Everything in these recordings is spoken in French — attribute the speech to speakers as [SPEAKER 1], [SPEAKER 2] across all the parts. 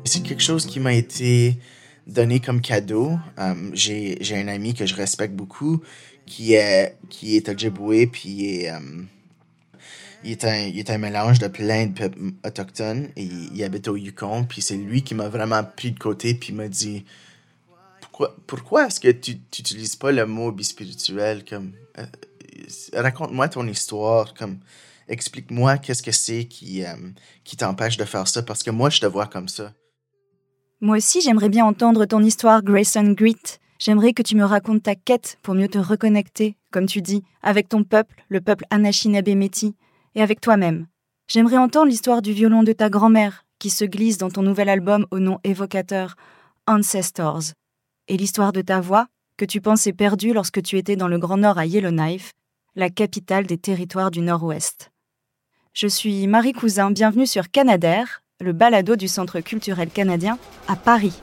[SPEAKER 1] C'est quelque chose qui m'a été donné comme cadeau. J'ai un ami que je respecte beaucoup qui est Ojibwe, puis il est un mélange de plein de peuples autochtones et il habite au Yukon, puis c'est lui qui m'a vraiment pris de côté puis m'a dit pourquoi est-ce que tu n'utilises pas le mot bispirituel comme raconte-moi ton histoire, comme explique-moi qu'est-ce que c'est qui t'empêche de faire ça, parce que moi je te vois comme ça.
[SPEAKER 2] Moi aussi, j'aimerais bien entendre ton histoire, Grayson Grit. J'aimerais que tu me racontes ta quête pour mieux te reconnecter, comme tu dis, avec ton peuple, le peuple Anishinaabe Métis, et avec toi-même. J'aimerais entendre l'histoire du violon de ta grand-mère, qui se glisse dans ton nouvel album au nom évocateur, Ancestors, et l'histoire de ta voix, que tu pensais perdue lorsque tu étais dans le Grand Nord à Yellowknife, la capitale des territoires du Nord-Ouest. Je suis Marie Cousin, bienvenue sur Canadair, le balado du Centre culturel canadien à Paris.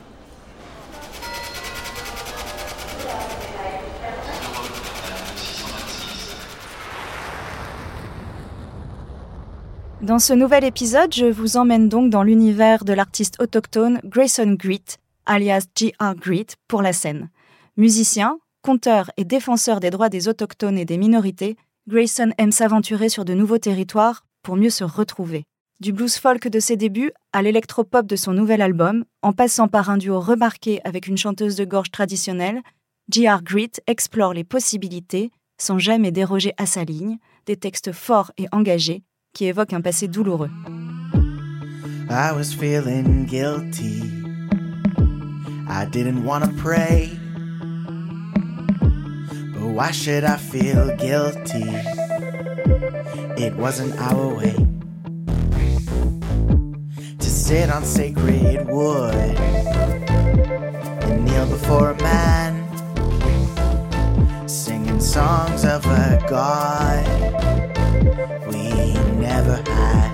[SPEAKER 2] Dans ce nouvel épisode, je vous emmène donc dans l'univers de l'artiste autochtone Grayson Grit, alias J.R. Grit, pour la scène. Musicien, conteur et défenseur des droits des autochtones et des minorités, Grayson aime s'aventurer sur de nouveaux territoires pour mieux se retrouver. Du blues folk de ses débuts à l'électropop de son nouvel album, en passant par un duo remarqué avec une chanteuse de gorge traditionnelle, J.R. Grit explore les possibilités, sans jamais déroger à sa ligne, des textes forts et engagés qui évoquent un passé douloureux.
[SPEAKER 3] I was feeling guilty. I didn't want to pray. But why should I feel guilty? It wasn't our way to sit on sacred wood and kneel before a man, singing songs of a God we never had.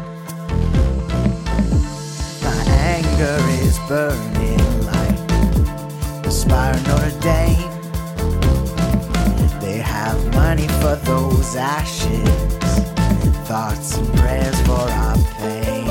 [SPEAKER 3] My anger is burning like the spire of Notre Dame. They have money for those ashes, thoughts and prayers for our pain.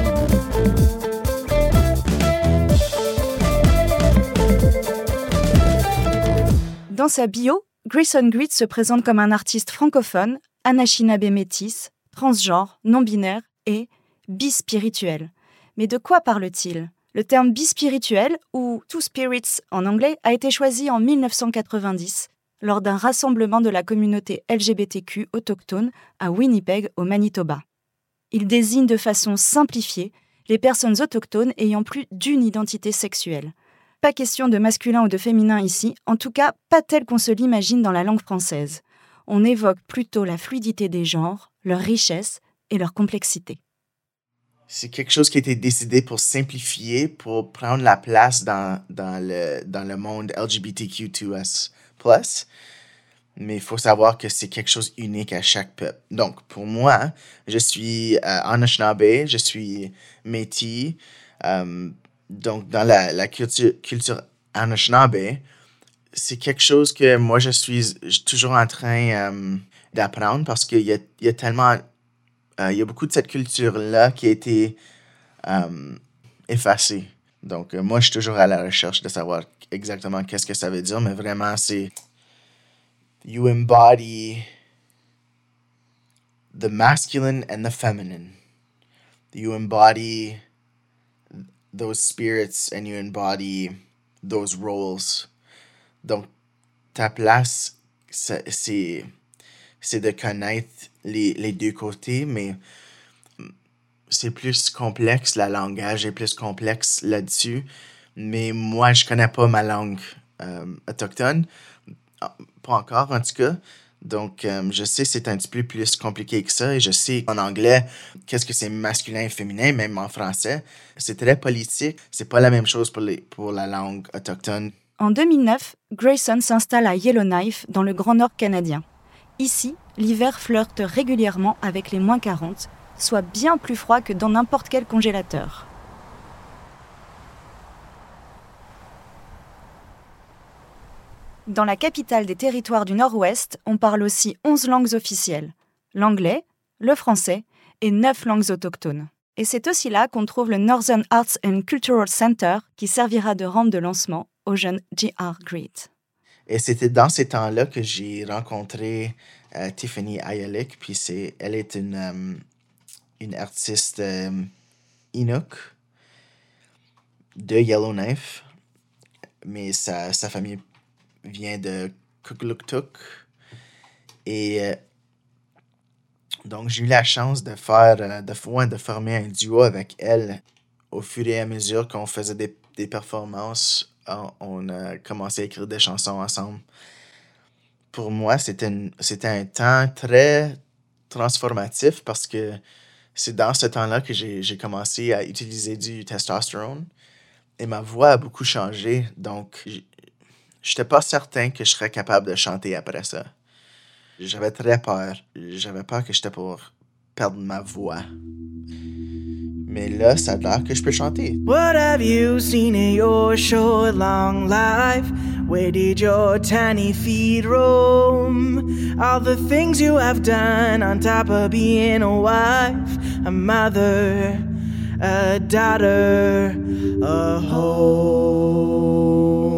[SPEAKER 2] Dans sa bio, Grayson Grit se présente comme un artiste francophone, Anishinaabe métis, transgenre, non-binaire et bispirituel. Mais de quoi parle-t-il ? Le terme bispirituel, ou Two Spirits en anglais, a été choisi en 1990 lors d'un rassemblement de la communauté LGBTQ autochtone à Winnipeg, au Manitoba. Il désigne de façon simplifiée les personnes autochtones ayant plus d'une identité sexuelle. Pas question de masculin ou de féminin ici, en tout cas pas tel qu'on se l'imagine dans la langue française. On évoque plutôt la fluidité des genres, leur richesse et leur complexité.
[SPEAKER 1] C'est quelque chose qui a été décidé pour simplifier, pour prendre la place dans le monde LGBTQ2S+. Mais il faut savoir que c'est quelque chose unique à chaque peuple. Donc, pour moi, je suis Anishinaabe, je suis Métis. Donc, dans la culture Anishinaabe, c'est quelque chose que moi, je suis toujours en train d'apprendre, parce qu'il y a tellement... il y a beaucoup de cette culture-là qui a été effacée. Donc, moi, je suis toujours à la recherche de savoir exactement qu'est-ce que ça veut dire, mais vraiment, c'est... You embody the masculine and the feminine. You embody those spirits and you embody those roles. Donc, ta place, c'est de connaître les deux côtés, mais c'est plus complexe, le langage est plus complexe là-dessus. Mais moi, je connais pas ma langue autochtone, pas encore en tout cas. Donc, je sais que c'est un petit peu plus compliqué que ça, et je sais en anglais qu'est-ce que c'est masculin et féminin, même en français. C'est très politique, c'est pas la même chose pour la langue autochtone.
[SPEAKER 2] En 2009, Grayson s'installe à Yellowknife, dans le Grand Nord canadien. Ici, l'hiver flirte régulièrement avec les moins 40, soit bien plus froid que dans n'importe quel congélateur. Dans la capitale des territoires du Nord-Ouest, on parle aussi 11 langues officielles. L'anglais, le français et 9 langues autochtones. Et c'est aussi là qu'on trouve le Northern Arts and Cultural Center qui servira de rampe de lancement au jeune J.R. Greed.
[SPEAKER 1] Et c'était dans ces temps-là que j'ai rencontré Tiffany Ayalik, puis elle est une artiste Inuk de Yellowknife, mais sa famille vient de Kugluktuk. Et donc, j'ai eu la chance de former un duo avec elle. Au fur et à mesure qu'on faisait des performances, on a commencé à écrire des chansons ensemble. Pour moi, c'était un temps très transformatif parce que c'est dans ce temps-là que j'ai commencé à utiliser du testostérone et ma voix a beaucoup changé. Donc, j'étais pas certain que je serais capable de chanter après ça. J'avais très peur. J'avais peur que j'étais pour perdre ma voix. Mais là, ça a l'air que je peux chanter.
[SPEAKER 3] What have you seen in your short long life? Where did your tiny feet roam? All the things you have done on top of being a wife, a mother, a daughter, a home.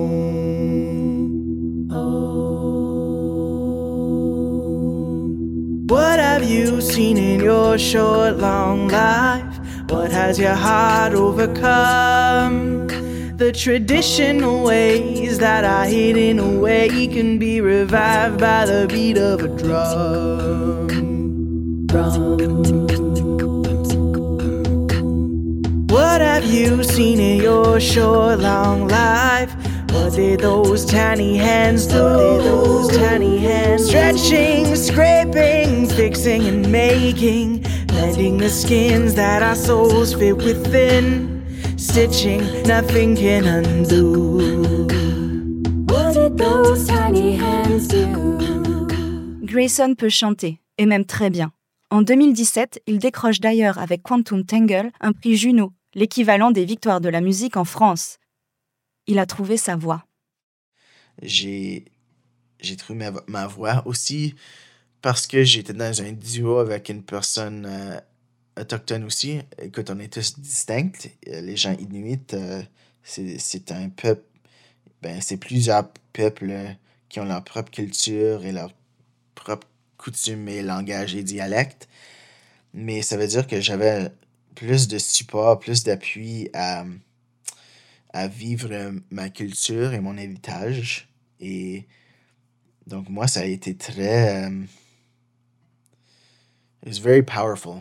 [SPEAKER 3] What have you seen in your short long life? What has your heart overcome? The traditional ways that are hidden away can be revived by the beat of a drum. What have you seen in your short long life? What did those tiny hands do? Stretching, scraping, fixing and making, mending the skins that our souls fit within, stitching, nothing can undo.
[SPEAKER 4] What did those tiny hands do?
[SPEAKER 2] Grayson peut chanter, et même très bien. En 2017, il décroche d'ailleurs avec Quantum Tangle un prix Juno, l'équivalent des victoires de la musique en France. Il a trouvé sa voix.
[SPEAKER 1] J'ai trouvé ma voix aussi parce que j'étais dans un duo avec une personne autochtone aussi. Écoute, on est tous distincts. Les gens inuits, c'est un peuple, c'est plusieurs peuples qui ont leur propre culture et leur propre coutumes et langage et dialectes. Mais ça veut dire que j'avais plus de support, plus d'appui à vivre ma culture et mon héritage. Et donc, moi, ça a été très... it was very powerful.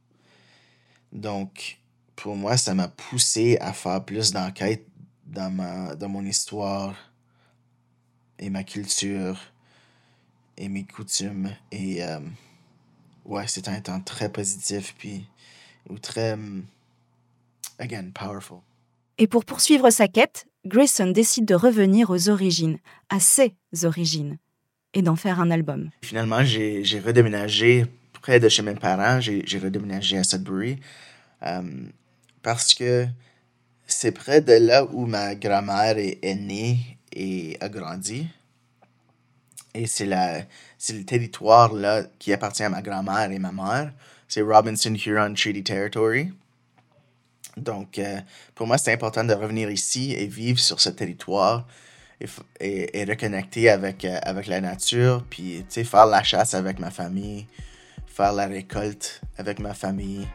[SPEAKER 1] Donc, pour moi, ça m'a poussé à faire plus d'enquête dans mon histoire et ma culture et mes coutumes. Et ouais, c'était un temps très positif, puis ou très, again, powerful.
[SPEAKER 2] Et pour poursuivre sa quête, Grayson décide de revenir aux origines, à ses origines, et d'en faire un album.
[SPEAKER 1] Finalement, j'ai redéménagé près de chez mes parents. J'ai redéménagé à Sudbury parce que c'est près de là où ma grand-mère est née et a grandi. Et c'est le territoire là qui appartient à ma grand-mère et ma mère. C'est Robinson Huron Treaty Territory. Donc, pour moi, c'est important de revenir ici et vivre sur ce territoire et reconnecter avec la nature, puis, tu sais, faire la chasse avec ma famille, faire la récolte avec ma famille,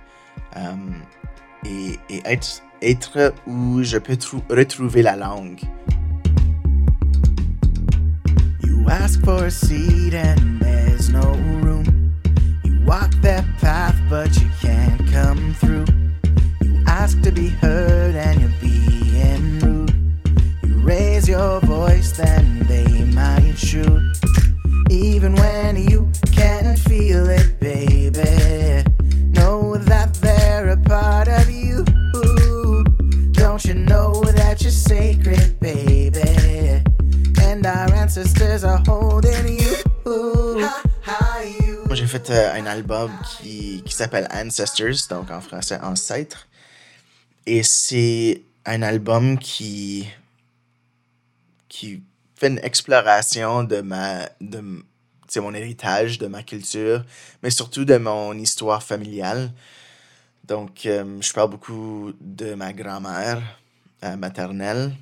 [SPEAKER 1] et être où je peux retrouver la langue.
[SPEAKER 3] You ask for a seat and there's no room. You walk that path but you can't come through. Ask to be heard and you're being rude. You raise your voice, then they might shoot. Even when you can't feel it, baby, know that they're a part of you. Don't you know that you're sacred, baby, and our ancestors are holding you.
[SPEAKER 1] Moi, j'ai fait un album qui s'appelle Ancestors, donc en français Ancêtres. Et c'est un album qui fait une exploration de mon héritage, de ma culture, mais surtout de mon histoire familiale. Donc, je parle beaucoup de ma grand-mère maternelle.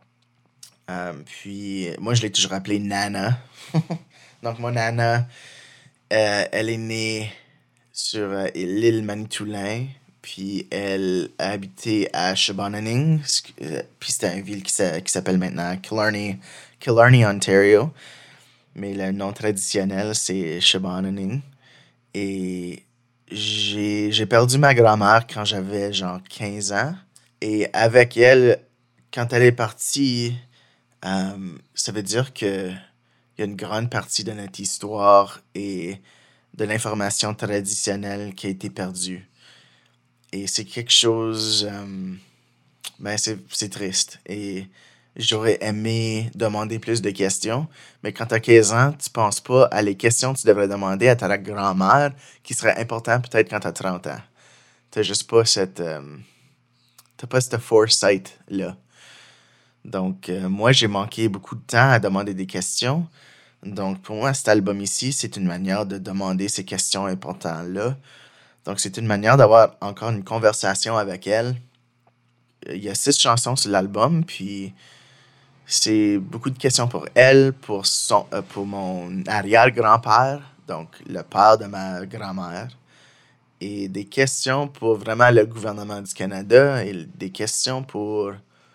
[SPEAKER 1] Puis, moi, je l'ai toujours appelée Nana. Donc, mon Nana, elle est née sur l'île Manitoulin. Puis, elle a habité à Shebonaning. Puis, c'était une ville qui s'appelle maintenant Killarney, Ontario. Mais le nom traditionnel, c'est Shebonaning. Et j'ai perdu ma grand-mère quand j'avais genre 15 ans. Et avec elle, quand elle est partie, ça veut dire que il y a une grande partie de notre histoire et de l'information traditionnelle qui a été perdue. Et c'est quelque chose, ben c'est triste. Et j'aurais aimé demander plus de questions, mais quand tu as 15 ans, tu penses pas à les questions que tu devrais demander à ta grand-mère qui seraient importantes peut-être quand tu as 30 ans. T'as juste pas t'as pas cette foresight-là. Donc, moi, j'ai manqué beaucoup de temps à demander des questions. Donc, pour moi, cet album ici, c'est une manière de demander ces questions importantes-là. Donc, c'est une manière d'avoir encore une conversation avec elle. Il y a 6 chansons sur l'album, puis c'est beaucoup de questions pour elle, pour mon arrière-grand-père, donc le père de ma grand-mère, et des questions pour vraiment le gouvernement du Canada et des questions pour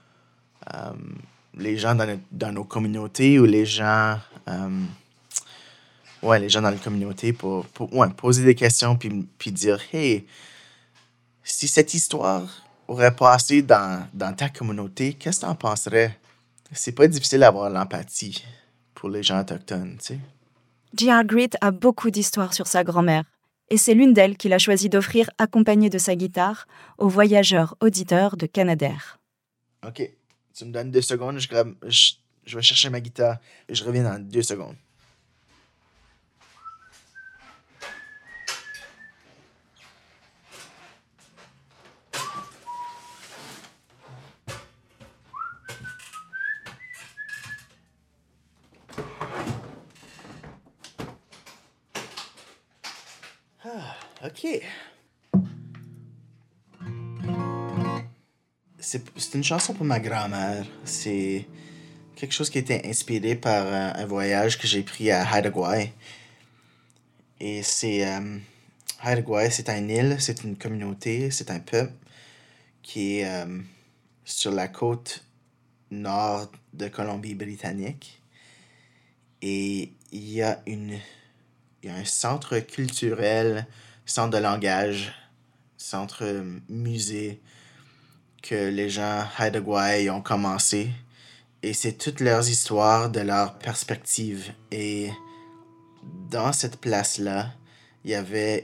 [SPEAKER 1] les gens dans nos communautés ou les gens les gens dans la communauté pour poser des questions puis dire hey, si cette histoire aurait passé dans ta communauté, qu'est-ce que t'en penserais? C'est pas difficile d'avoir l'empathie pour les gens autochtones, tu sais.
[SPEAKER 2] J.R. Grit a beaucoup d'histoires sur sa grand-mère, et c'est l'une d'elles qu'il a choisi d'offrir accompagnée de sa guitare aux voyageurs auditeurs de Canadair.
[SPEAKER 1] OK. Tu me donnes 2 secondes, je vais chercher ma guitare et je reviens dans 2 secondes. OK. C'est une chanson pour ma grand-mère. C'est quelque chose qui a été inspiré par un voyage que j'ai pris à Haida Gwaii. Et Haida Gwaii, c'est une île, c'est une communauté, c'est un peuple qui est sur la côte nord de Colombie-Britannique. Et il y a un centre culturel, centre de langage, centre musée que les gens Haida Gwaii ont commencé. Et c'est toutes leurs histoires de leur perspective. Et dans cette place-là, il y avait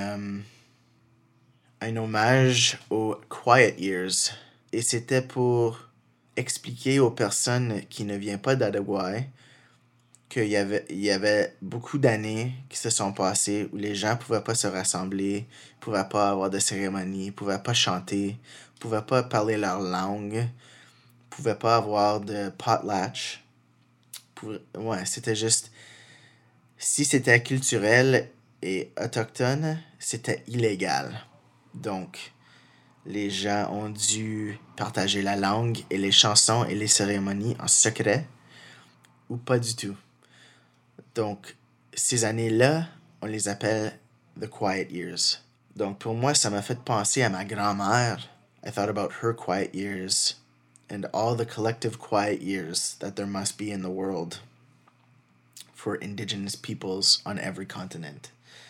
[SPEAKER 1] un hommage aux Quiet Years. Et c'était pour expliquer aux personnes qui ne viennent pas d'Haida Gwaii qu'il y avait beaucoup d'années qui se sont passées où les gens ne pouvaient pas se rassembler, ne pouvaient pas avoir de cérémonie, ne pouvaient pas chanter, ne pouvaient pas parler leur langue, ne pouvaient pas avoir de potlatch. C'était juste... Si c'était culturel et autochtone, c'était illégal. Donc, les gens ont dû partager la langue et les chansons et les cérémonies en secret ou pas du tout. Donc, ces années-là, on les appelle the quiet years. Donc, pour moi, ça m'a fait penser à ma grand-mère. I thought about her quiet years and all the collective quiet years that there must be in the world for indigenous peoples on every continent.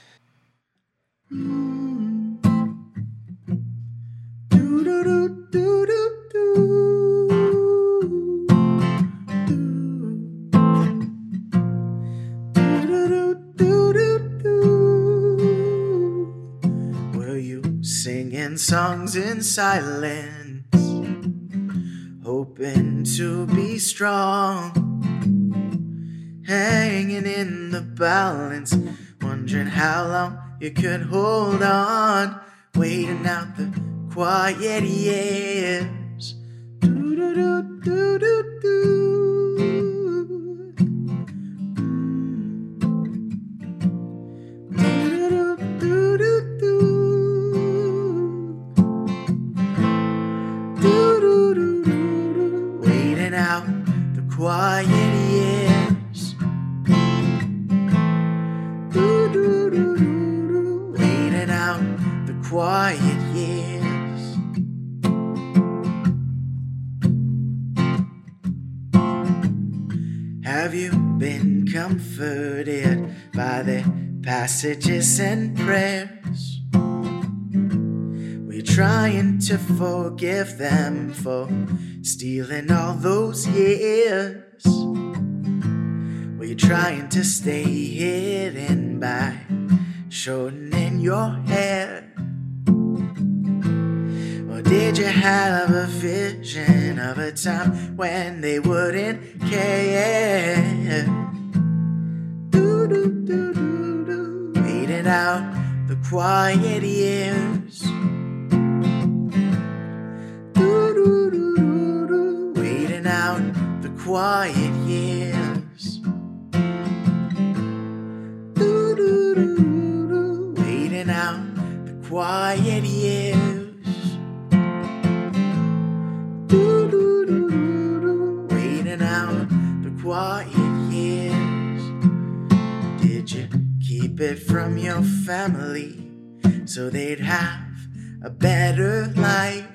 [SPEAKER 1] Were you singing songs in silence, hoping to be strong, hanging in the balance, wondering how long you could hold on, waiting out the quiet years.
[SPEAKER 3] quiet years. Waiting out the quiet years. Have you been comforted by the passages and prayers? We're trying to forgive them for stealing all those years. We're trying to stay hidden by shortening your hair. Or did you have a vision of a time when they wouldn't care? Waiting out the quiet years. Waiting out the quiet years. Waiting out the quiet years. Waiting out the quiet years. Did you keep it from your family so they'd have a better life?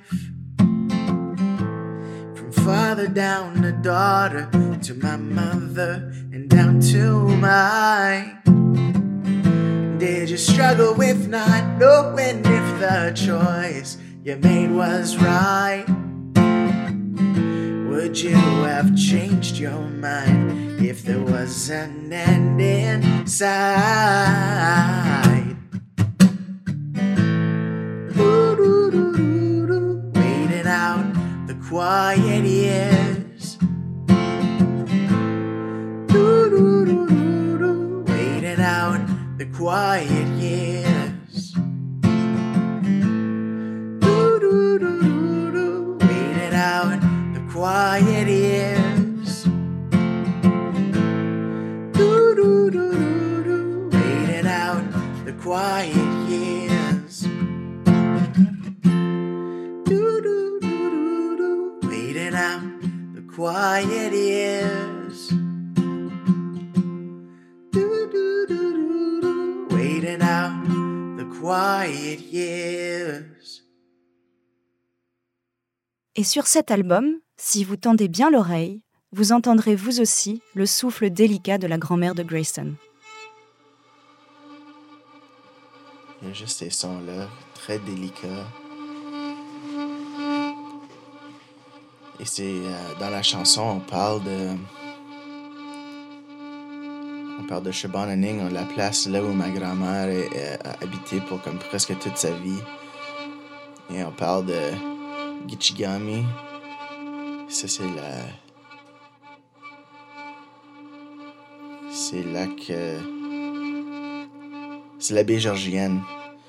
[SPEAKER 3] From father down to daughter, to my mother, and down to mine. Did you struggle with not knowing if the choice you made was right? Would you have changed your mind if there was an end in sight? Waiting out the quiet years. Waiting out the quiet years. Waiting out the quiet years. Waiting out the quiet years. Waiting out the quiet years. Waiting out the quiet years.
[SPEAKER 2] Et sur cet album, si vous tendez bien l'oreille, vous entendrez vous aussi le souffle délicat de la grand-mère de Grayson.
[SPEAKER 1] Il y a juste ces sons-là, très délicats. Et c'est dans la chanson, on parle de Shebonaning, la place là où ma grand-mère a habité pour comme presque toute sa vie. Et on parle de Gitchigami. Ça, c'est là que... C'est la baie Georgienne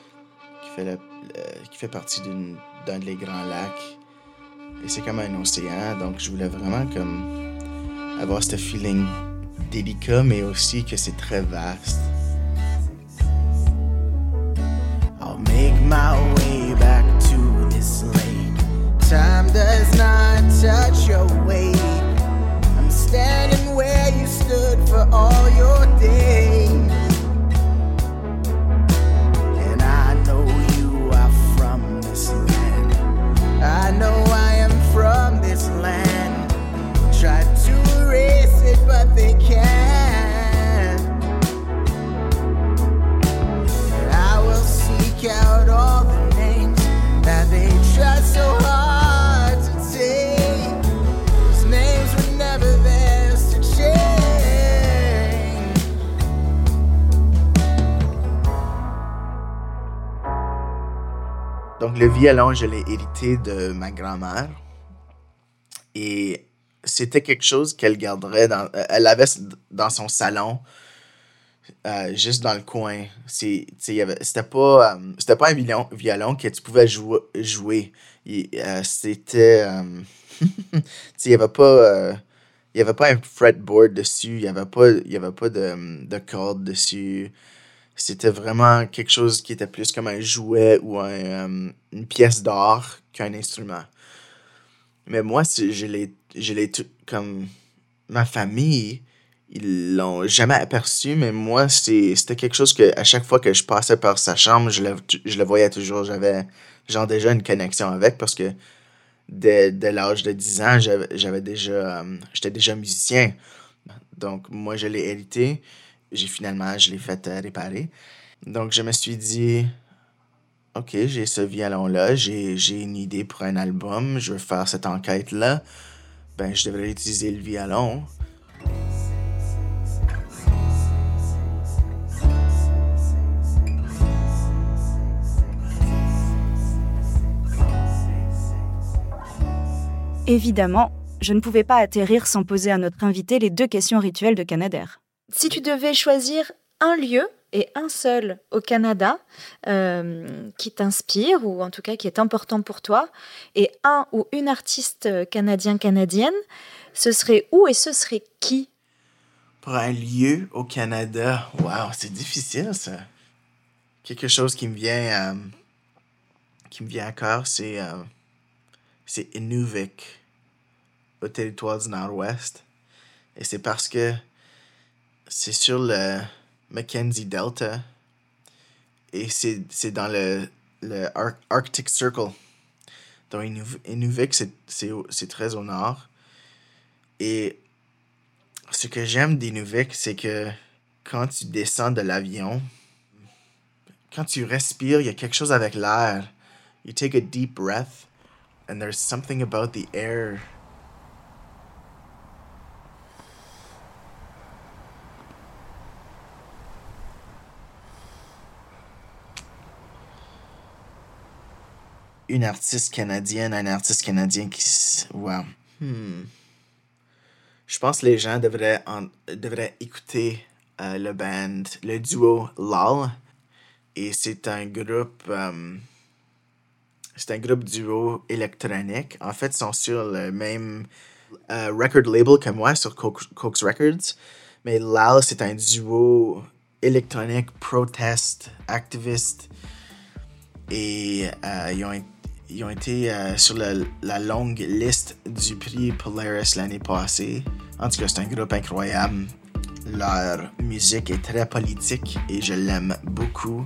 [SPEAKER 1] qui fait partie d'un des grands lacs. Et c'est comme un océan, donc je voulais vraiment comme avoir ce feeling délicat, mais aussi que c'est très vaste.
[SPEAKER 3] I'll make my way back to this lake. Time does not touch your wake. I'm standing where you stood for all your days. And I know you are from this land. I know I am from this land. Try to erase it, but they can't. And I will seek out all the names that they try so hard to take. Those names were never theirs to change.
[SPEAKER 1] Donc le violon, je l'ai hérité de ma grand-mère. Et c'était quelque chose qu'elle garderait elle avait dans son salon, juste dans le coin. C'était pas un violon que tu pouvais jouer. C'était... il y avait pas un fretboard dessus, il y avait pas de cordes dessus. C'était vraiment quelque chose qui était plus comme un jouet ou une pièce d'art qu'un instrument. Mais moi, je l'ai tout comme ma famille, ils l'ont jamais aperçu, mais moi, c'était quelque chose que à chaque fois que je passais par sa chambre, je le voyais toujours. J'avais genre déjà une connexion avec parce que dès l'âge de 10 ans, j'étais déjà musicien. Donc, moi, je l'ai hérité. Je l'ai fait réparer. Donc, je me suis dit, OK, j'ai ce violon-là, j'ai une idée pour un album, je veux faire cette enquête-là. Ben, je devrais utiliser le violon.
[SPEAKER 2] Évidemment, je ne pouvais pas atterrir sans poser à notre invité les 2 questions rituelles de Canadair. Si tu devais choisir un lieu et un seul au Canada qui t'inspire, ou en tout cas qui est important pour toi, et un ou une artiste canadienne, ce serait où et ce serait qui?
[SPEAKER 1] Pour un lieu au Canada, wow, c'est difficile ça. Quelque chose qui me vient à cœur, c'est Inuvik, au territoire du Nord-Ouest. Et c'est parce que c'est sur le Mackenzie Delta et c'est dans le Arctic Circle. Donc Inuvik, c'est très au nord. Et ce que j'aime d'Inuvik, c'est que quand tu descends de l'avion, quand tu respires, il y a quelque chose avec l'air. You take a deep breath and there's something about the air. Un artiste canadien qui... Wow. Je pense que les gens devraient écouter le duo Lal. Et c'est un groupe duo électronique. En fait, ils sont sur le même record label que moi, sur Coke's Records. Mais Lal, c'est un duo électronique, protest, activiste. Et ils ont été sur la longue liste du prix Polaris l'année passée. En tout cas, c'est un groupe incroyable. Leur musique est très politique et je l'aime beaucoup.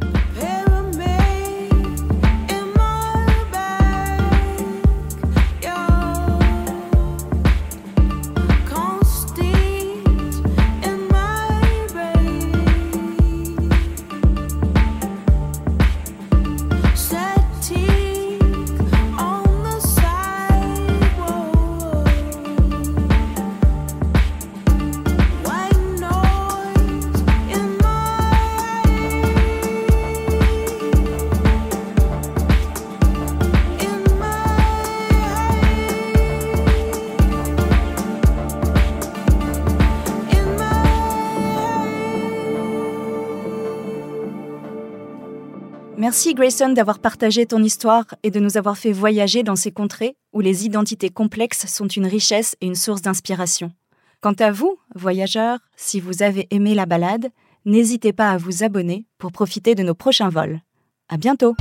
[SPEAKER 2] Merci Grayson d'avoir partagé ton histoire et de nous avoir fait voyager dans ces contrées où les identités complexes sont une richesse et une source d'inspiration. Quant à vous, voyageurs, si vous avez aimé la balade, n'hésitez pas à vous abonner pour profiter de nos prochains vols. À bientôt!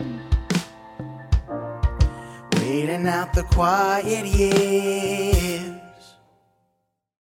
[SPEAKER 3] Out the quiet years.